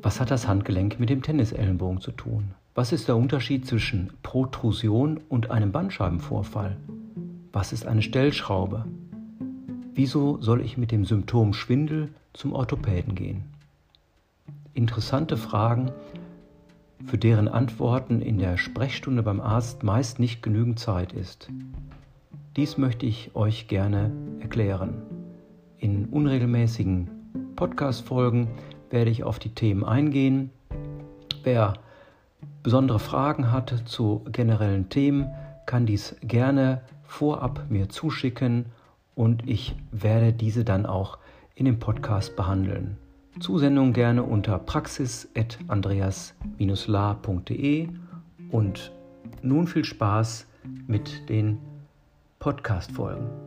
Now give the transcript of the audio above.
Was hat das Handgelenk mit dem Tennisellenbogen zu tun? Was ist der Unterschied zwischen Protrusion und einem Bandscheibenvorfall? Was ist eine Stellschraube? Wieso soll ich mit dem Symptom Schwindel zum Orthopäden gehen? Interessante Fragen, für deren Antworten in der Sprechstunde beim Arzt meist nicht genügend Zeit ist. Dies möchte ich euch gerne erklären. In unregelmäßigen Podcast-Folgen werde ich auf die Themen eingehen. Wer besondere Fragen hat zu generellen Themen, kann dies gerne vorab mir zuschicken und ich werde diese dann auch in dem Podcast behandeln. Zusendung gerne unter praxis@andreas-la.de und nun viel Spaß mit den Podcast-Folgen.